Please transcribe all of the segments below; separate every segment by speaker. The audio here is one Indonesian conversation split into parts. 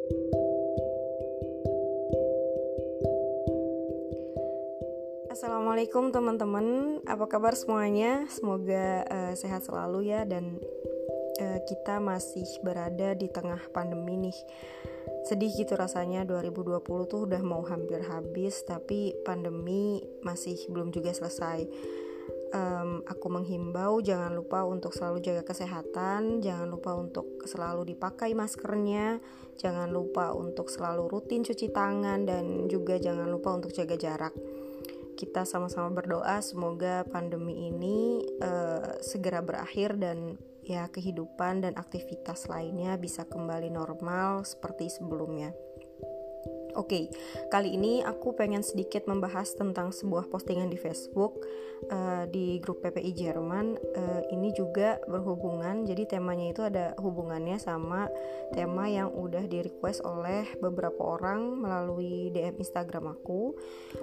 Speaker 1: Assalamualaikum teman-teman, apa kabar semuanya? Semoga sehat selalu ya, dan kita masih berada di tengah pandemi nih. Sedih gitu rasanya, 2020 tuh udah mau hampir habis, tapi pandemi masih belum juga selesai. Aku menghimbau jangan lupa untuk selalu jaga kesehatan, jangan lupa untuk selalu dipakai maskernya, jangan lupa untuk selalu rutin cuci tangan, dan juga jangan lupa untuk jaga jarak. Kita sama-sama berdoa semoga pandemi ini segera berakhir dan ya kehidupan dan aktivitas lainnya bisa kembali normal seperti sebelumnya. Oke, kali ini aku pengen sedikit membahas tentang sebuah postingan di Facebook di grup PPI Jerman. Ini juga berhubungan, jadi temanya itu ada hubungannya sama tema yang udah di-request oleh beberapa orang melalui DM Instagram aku.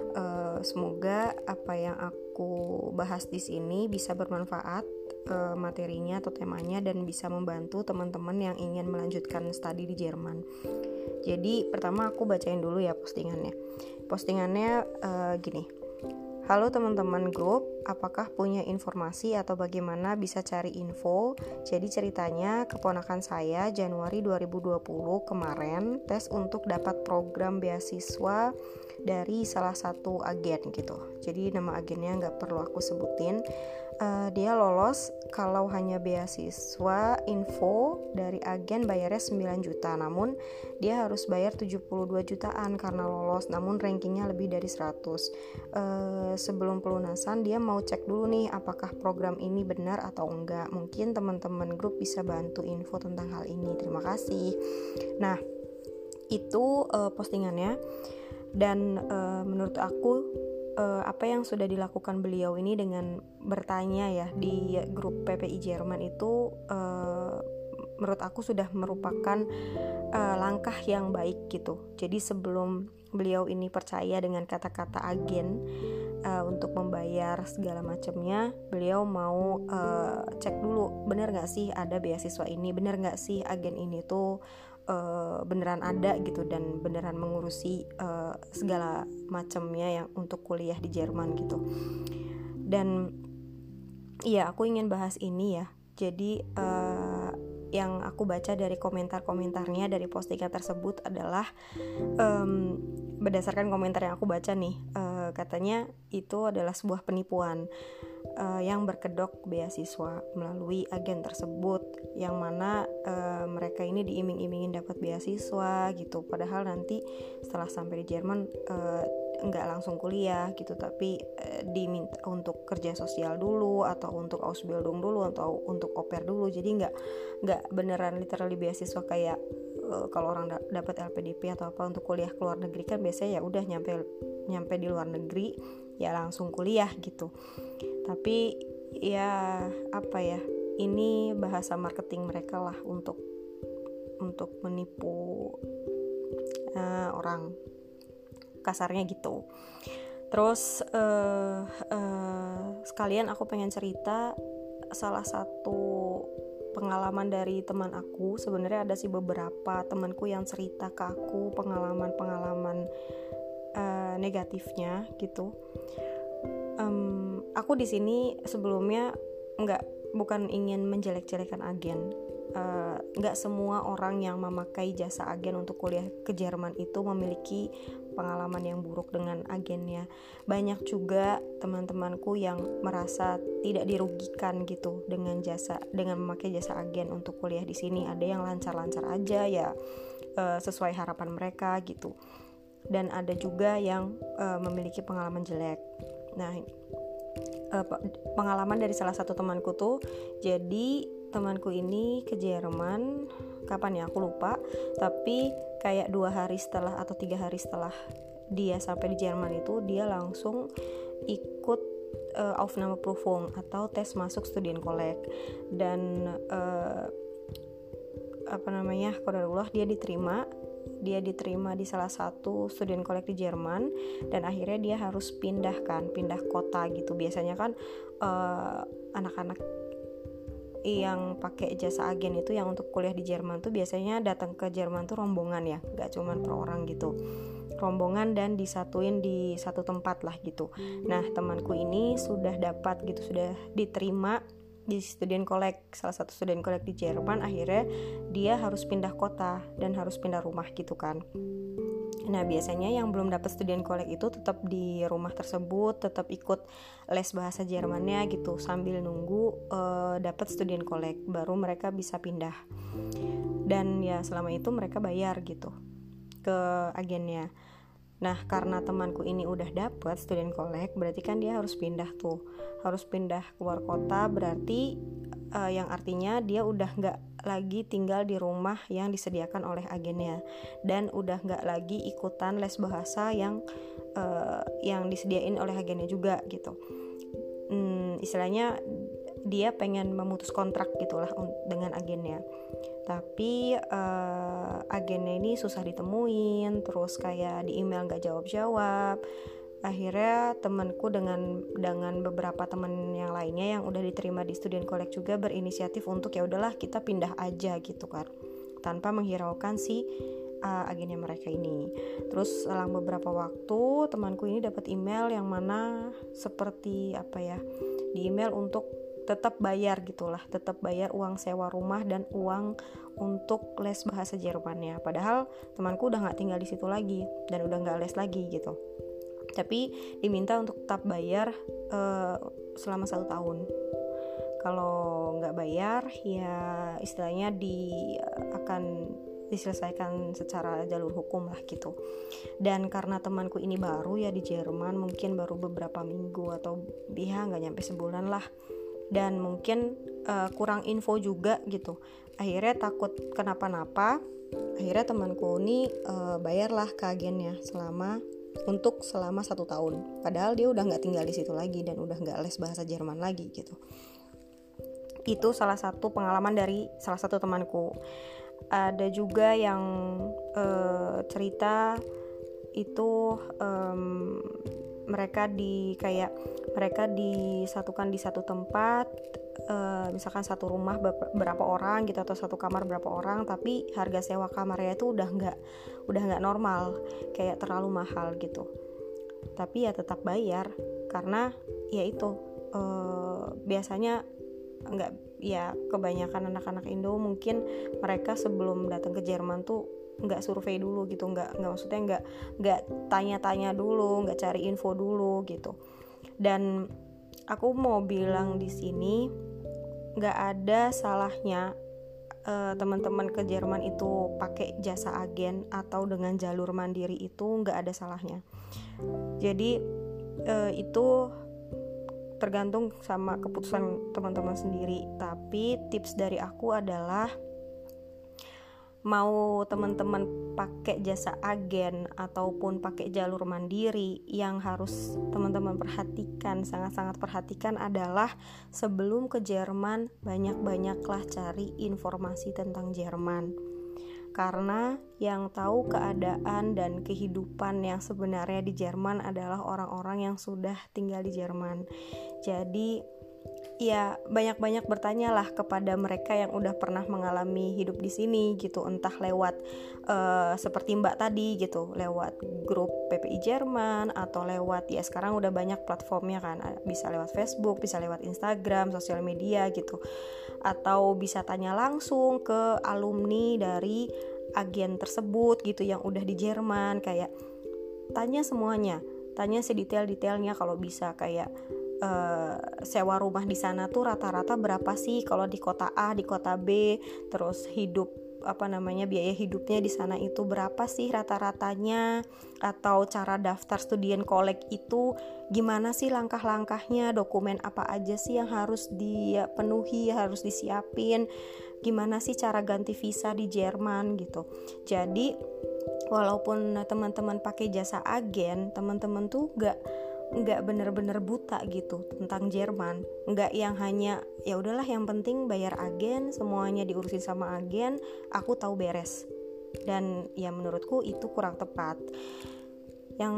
Speaker 1: Semoga apa yang aku bahas di sini bisa bermanfaat materinya atau temanya, dan bisa membantu teman-teman yang ingin melanjutkan studi di Jerman. Jadi pertama aku bacain dulu ya postingannya. Postingannya gini. Halo teman-teman grup, apakah punya informasi atau bagaimana bisa cari info? Jadi ceritanya keponakan saya Januari 2020 kemarin tes untuk dapat program beasiswa dari salah satu agen gitu. Jadi nama agennya nggak perlu aku sebutin. Dia lolos kalau hanya beasiswa info dari agen bayarnya 9 juta, namun dia harus bayar 72 jutaan karena lolos, namun rankingnya lebih dari 100. Sebelum pelunasan dia mau cek dulu nih apakah program ini benar atau enggak. Mungkin teman-teman grup bisa bantu info tentang hal ini. Terima kasih. Nah, itu postingannya. Dan menurut aku apa yang sudah dilakukan beliau ini dengan bertanya ya di grup PPI Jerman itu menurut aku sudah merupakan langkah yang baik gitu. Jadi sebelum beliau ini percaya dengan kata-kata agen untuk membayar segala macamnya, beliau mau cek dulu benar nggak sih ada beasiswa ini, benar nggak sih agen ini tuh beneran ada gitu, dan beneran mengurusi segala macamnya yang untuk kuliah di Jerman gitu. Dan iya, aku ingin bahas ini ya. Jadi yang aku baca dari komentar-komentarnya dari postingan tersebut adalah berdasarkan komentar yang aku baca nih, katanya itu adalah sebuah penipuan yang berkedok beasiswa melalui agen tersebut, yang mana mereka ini diiming-imingin dapat beasiswa gitu, padahal nanti setelah sampai di Jerman nggak langsung kuliah gitu, tapi diminta untuk kerja sosial dulu, atau untuk Ausbildung dulu, atau untuk au pair dulu. Jadi nggak beneran literally beasiswa kayak kalau orang dapat LPDP atau apa untuk kuliah ke luar negeri kan biasanya ya udah nyampe di luar negeri ya langsung kuliah gitu. Tapi ya apa ya, ini bahasa marketing mereka lah untuk menipu orang, kasarnya gitu. Terus sekalian aku pengen cerita salah satu pengalaman dari teman aku. Sebenarnya ada sih beberapa temanku yang cerita ke aku pengalaman negatifnya gitu. Aku di sini sebelumnya bukan ingin menjelek-jelekan agen. Nggak semua orang yang memakai jasa agen untuk kuliah ke Jerman itu memiliki pengalaman yang buruk dengan agennya. Banyak juga teman-temanku yang merasa tidak dirugikan gitu dengan memakai jasa agen untuk kuliah di sini. Ada yang lancar-lancar aja ya, sesuai harapan mereka gitu. Dan ada juga yang memiliki pengalaman jelek. Nah, pengalaman dari salah satu temanku tuh, jadi temanku ini ke Jerman kapan ya aku lupa, tapi kayak 2 hari setelah atau 3 hari setelah dia sampai di Jerman itu dia langsung ikut Aufnahmeprüfung atau tes masuk Studienkolleg, dan qadarullah dia diterima di salah satu Studienkolleg di Jerman, dan akhirnya dia harus pindah kota gitu. Biasanya kan anak-anak yang pakai jasa agen itu, yang untuk kuliah di Jerman tuh biasanya datang ke Jerman tuh rombongan ya, nggak cuma per orang gitu, rombongan dan disatuin di satu tempat lah gitu. Nah temanku ini sudah dapat gitu, sudah diterima di student collect, salah satu student collect di Jerman. Akhirnya dia harus pindah kota dan harus pindah rumah gitu kan. Nah biasanya yang belum dapat student collect itu tetap di rumah tersebut, tetap ikut les bahasa Jermannya gitu sambil nunggu dapat student collect, baru mereka bisa pindah. Dan ya selama itu mereka bayar gitu ke agennya. Nah karena temanku ini udah dapat student collect, berarti kan dia harus pindah tuh, harus pindah keluar kota. Berarti yang artinya dia udah nggak lagi tinggal di rumah yang disediakan oleh agennya, dan udah nggak lagi ikutan les bahasa yang disediain oleh agennya juga gitu. Istilahnya dia pengen memutus kontrak gitulah dengan agennya, tapi agennya ini susah ditemuin, terus kayak di email nggak jawab-jawab. Akhirnya temanku dengan beberapa teman yang lainnya yang udah diterima di student collect juga berinisiatif untuk ya udahlah kita pindah aja gitu kan, tanpa menghiraukan si agennya mereka ini. Terus selang beberapa waktu temanku ini dapat email yang mana seperti di email untuk tetap bayar gitulah, tetap bayar uang sewa rumah dan uang untuk les bahasa Jermannya. Padahal temanku udah nggak tinggal di situ lagi dan udah nggak les lagi gitu. Tapi diminta untuk tetap bayar selama 1 tahun. Kalau nggak bayar ya istilahnya akan diselesaikan secara jalur hukum lah gitu. Dan karena temanku ini baru ya di Jerman, mungkin baru beberapa minggu atau nggak nyampe sebulan lah, dan mungkin kurang info juga gitu. Akhirnya takut kenapa-napa, akhirnya temanku ini bayarlah ke agennya selama 1 tahun. Padahal dia udah nggak tinggal di situ lagi dan udah nggak les bahasa Jerman lagi gitu. Itu salah satu pengalaman dari salah satu temanku. Ada juga yang cerita itu mereka disatukan di satu tempat, misalkan satu rumah berapa orang gitu, atau satu kamar berapa orang, tapi harga sewa kamarnya itu udah nggak normal, kayak terlalu mahal gitu. Tapi ya tetap bayar karena ya itu biasanya kebanyakan anak-anak Indo mungkin mereka sebelum datang ke Jerman tuh nggak survei dulu gitu, maksudnya nggak tanya-tanya dulu, nggak cari info dulu gitu. Dan aku mau bilang di sini nggak ada salahnya teman-teman ke Jerman itu pakai jasa agen atau dengan jalur mandiri, itu nggak ada salahnya. Jadi itu tergantung sama keputusan teman-teman sendiri. Tapi tips dari aku adalah, mau teman-teman pakai jasa agen ataupun pakai jalur mandiri, yang harus teman-teman perhatikan, sangat-sangat perhatikan adalah sebelum ke Jerman banyak-banyaklah cari informasi tentang Jerman. Karena yang tahu keadaan dan kehidupan yang sebenarnya di Jerman adalah orang-orang yang sudah tinggal di Jerman. Jadi ya banyak-banyak bertanyalah kepada mereka yang udah pernah mengalami hidup di sini gitu, entah lewat seperti Mbak tadi gitu, lewat grup PPI Jerman, atau lewat ya sekarang udah banyak platformnya kan, bisa lewat Facebook, bisa lewat Instagram, sosial media gitu, atau bisa tanya langsung ke alumni dari agen tersebut gitu yang udah di Jerman. Kayak tanya semuanya, tanya sedetail-detailnya kalau bisa, kayak sewa rumah di sana tuh rata-rata berapa sih kalau di kota A, di kota B, terus biaya hidupnya di sana itu berapa sih rata-ratanya, atau cara daftar student collect itu gimana sih langkah-langkahnya, dokumen apa aja sih yang harus dipenuhi, harus disiapin, gimana sih cara ganti visa di Jerman gitu. Jadi walaupun teman-teman pakai jasa agen, teman-teman tuh nggak bener-bener buta gitu tentang Jerman, nggak yang hanya ya udahlah yang penting bayar agen, semuanya diurusin sama agen, aku tahu beres. Dan ya menurutku itu kurang tepat.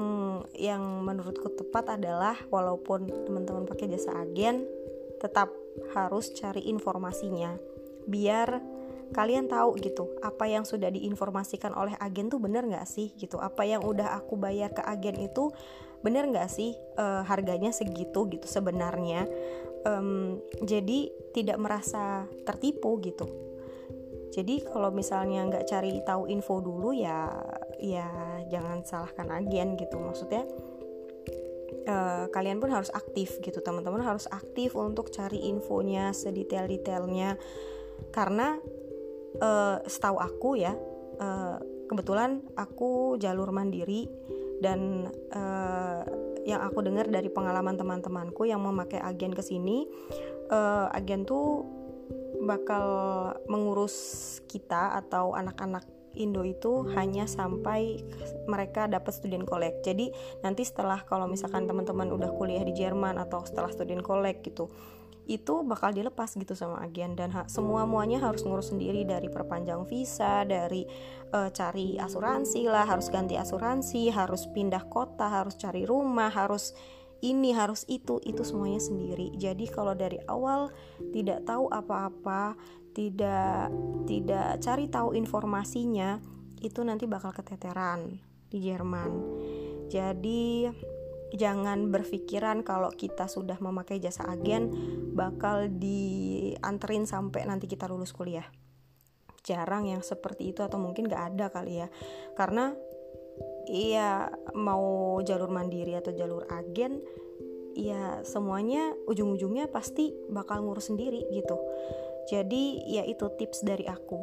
Speaker 1: Yang menurutku tepat adalah walaupun teman-teman pakai jasa agen, tetap harus cari informasinya, biar kalian tahu gitu apa yang sudah diinformasikan oleh agen tuh bener nggak sih gitu, apa yang udah aku bayar ke agen itu bener nggak sih harganya segitu gitu sebenarnya. Jadi tidak merasa tertipu gitu. Jadi kalau misalnya nggak cari tahu info dulu ya jangan salahkan agen gitu. Maksudnya kalian pun harus aktif gitu, teman-teman harus aktif untuk cari infonya sedetail-detailnya. Karena setahu aku ya, kebetulan aku jalur mandiri, dan yang aku dengar dari pengalaman teman-temanku yang memakai agen kesini, agen tuh bakal mengurus kita atau anak-anak Indo itu hanya sampai mereka dapat student collect. Jadi nanti setelah, kalau misalkan teman-teman udah kuliah di Jerman atau setelah student collect gitu, itu bakal dilepas gitu sama agen, dan semuanya harus ngurus sendiri, dari perpanjang visa, dari cari asuransi lah, harus ganti asuransi, harus pindah kota, harus cari rumah, harus ini, harus itu semuanya sendiri. Jadi kalau dari awal tidak tahu apa-apa, tidak cari tahu informasinya, itu nanti bakal keteteran di Jerman. Jadi jangan berpikiran kalau kita sudah memakai jasa agen bakal dianterin sampai nanti kita lulus kuliah. Jarang yang seperti itu, atau mungkin gak ada kali ya. Karena iya, mau jalur mandiri atau jalur agen, ya semuanya ujung-ujungnya pasti bakal ngurus sendiri gitu. Jadi ya itu tips dari aku.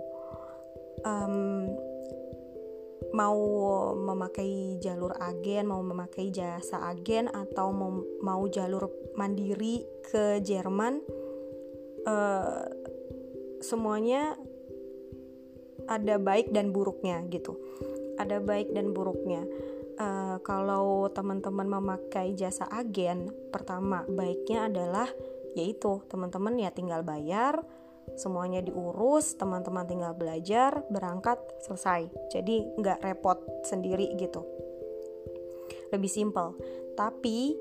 Speaker 1: Mau memakai jalur agen, mau memakai jasa agen, atau mau jalur mandiri ke Jerman, semuanya ada baik dan buruknya gitu. Ada baik dan buruknya. Kalau teman-teman memakai jasa agen, pertama baiknya adalah yaitu teman-teman ya tinggal bayar, semuanya diurus, teman-teman tinggal belajar, berangkat, selesai. Jadi nggak repot sendiri gitu, lebih simpel. Tapi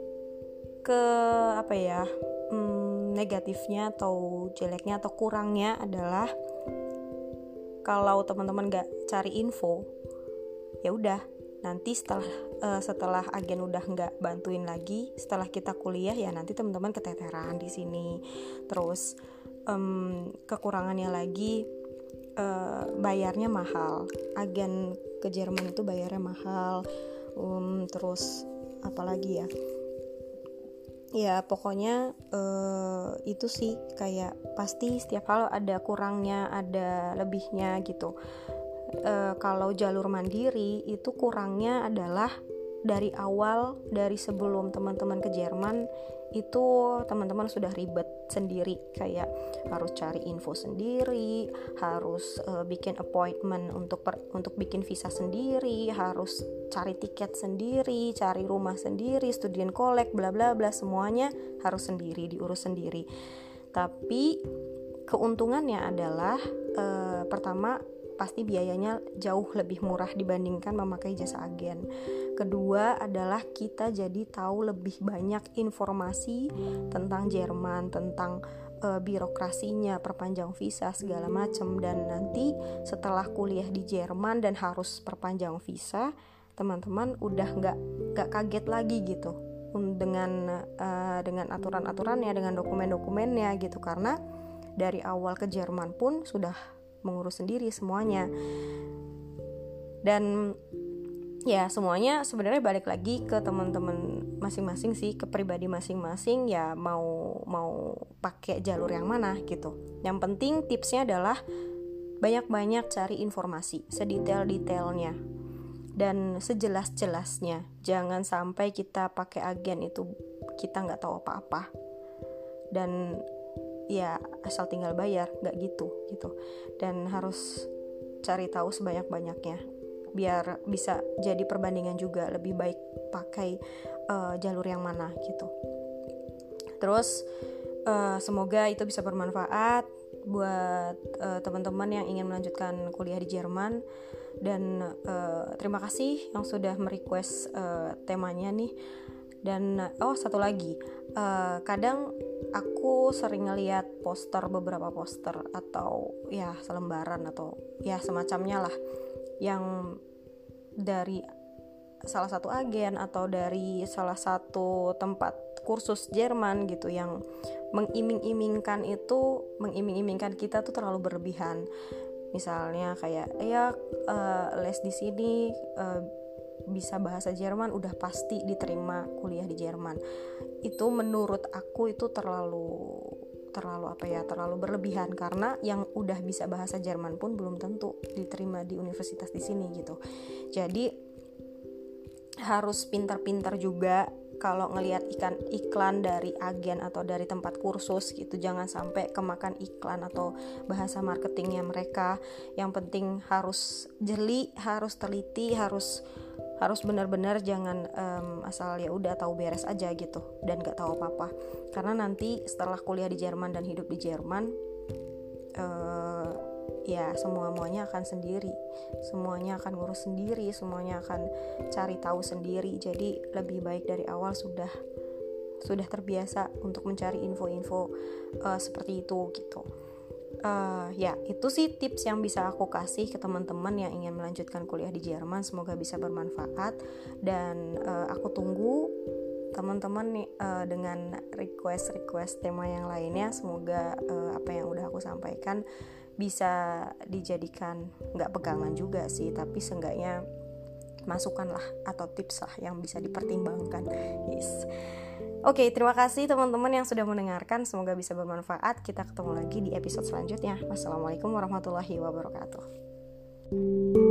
Speaker 1: negatifnya atau jeleknya atau kurangnya adalah kalau teman-teman nggak cari info, ya udah nanti setelah agen udah nggak bantuin lagi, setelah kita kuliah ya nanti teman-teman keteteran di sini. Terus kekurangannya lagi, bayarnya mahal. Agen ke Jerman itu bayarnya mahal. Terus apalagi ya? Ya pokoknya itu sih, kayak pasti setiap hal ada kurangnya, ada lebihnya gitu. Kalau jalur mandiri itu kurangnya adalah dari awal, dari sebelum teman-teman ke Jerman itu teman-teman sudah ribet sendiri, kayak harus cari info sendiri, harus bikin appointment untuk bikin visa sendiri, harus cari tiket sendiri, cari rumah sendiri, student collect, bla bla bla, semuanya harus sendiri, diurus sendiri. Tapi keuntungannya adalah pertama, pasti biayanya jauh lebih murah dibandingkan memakai jasa agen. Kedua adalah kita jadi tahu lebih banyak informasi tentang Jerman, tentang birokrasinya, perpanjang visa segala macam. Dan nanti setelah kuliah di Jerman dan harus perpanjang visa, teman-teman udah nggak kaget lagi gitu dengan aturan-aturannya, dengan dokumen-dokumennya gitu, karena dari awal ke Jerman pun sudah mengurus sendiri semuanya. Dan ya semuanya sebenarnya balik lagi ke teman-teman masing-masing sih, ke pribadi masing-masing ya, mau pakai jalur yang mana gitu. Yang penting tipsnya adalah banyak-banyak cari informasi sedetail-detailnya dan sejelas-jelasnya. Jangan sampai kita pakai agen itu kita nggak tahu apa-apa dan ya asal tinggal bayar, nggak gitu. Dan harus cari tahu sebanyak-banyaknya biar bisa jadi perbandingan juga, lebih baik pakai jalur yang mana gitu. Terus semoga itu bisa bermanfaat buat teman-teman yang ingin melanjutkan kuliah di Jerman. Dan terima kasih yang sudah merequest temanya nih. Dan satu lagi, kadang aku sering ngeliat beberapa poster atau ya selembaran atau ya semacamnya lah, yang dari salah satu agen atau dari salah satu tempat kursus Jerman gitu, yang mengiming-imingkan kita tuh terlalu berlebihan. Misalnya kayak les di sini bisa bahasa Jerman, udah pasti diterima kuliah di Jerman. Itu menurut aku itu terlalu berlebihan, karena yang udah bisa bahasa Jerman pun belum tentu diterima di universitas di sini gitu. Jadi harus pintar-pintar juga kalau ngelihat iklan dari agen atau dari tempat kursus gitu. Jangan sampai kemakan iklan atau bahasa marketingnya mereka. Yang penting harus jeli, harus teliti, harus benar-benar, jangan asal ya udah tahu beres aja gitu dan nggak tahu apa-apa. Karena nanti setelah kuliah di Jerman dan hidup di Jerman, ya semuanya akan sendiri, semuanya akan ngurus sendiri, semuanya akan cari tahu sendiri. Jadi lebih baik dari awal sudah terbiasa untuk mencari info-info seperti itu gitu. Ya itu sih tips yang bisa aku kasih ke teman-teman yang ingin melanjutkan kuliah di Jerman. Semoga bisa bermanfaat, dan aku tunggu teman-teman nih dengan request tema yang lainnya. Semoga apa yang udah aku sampaikan bisa dijadikan, nggak pegangan juga sih, tapi seenggaknya masukan lah atau tips lah yang bisa dipertimbangkan. Yes. Oke, terima kasih teman-teman yang sudah mendengarkan. Semoga bisa bermanfaat. Kita ketemu lagi di episode selanjutnya. Wassalamualaikum warahmatullahi wabarakatuh.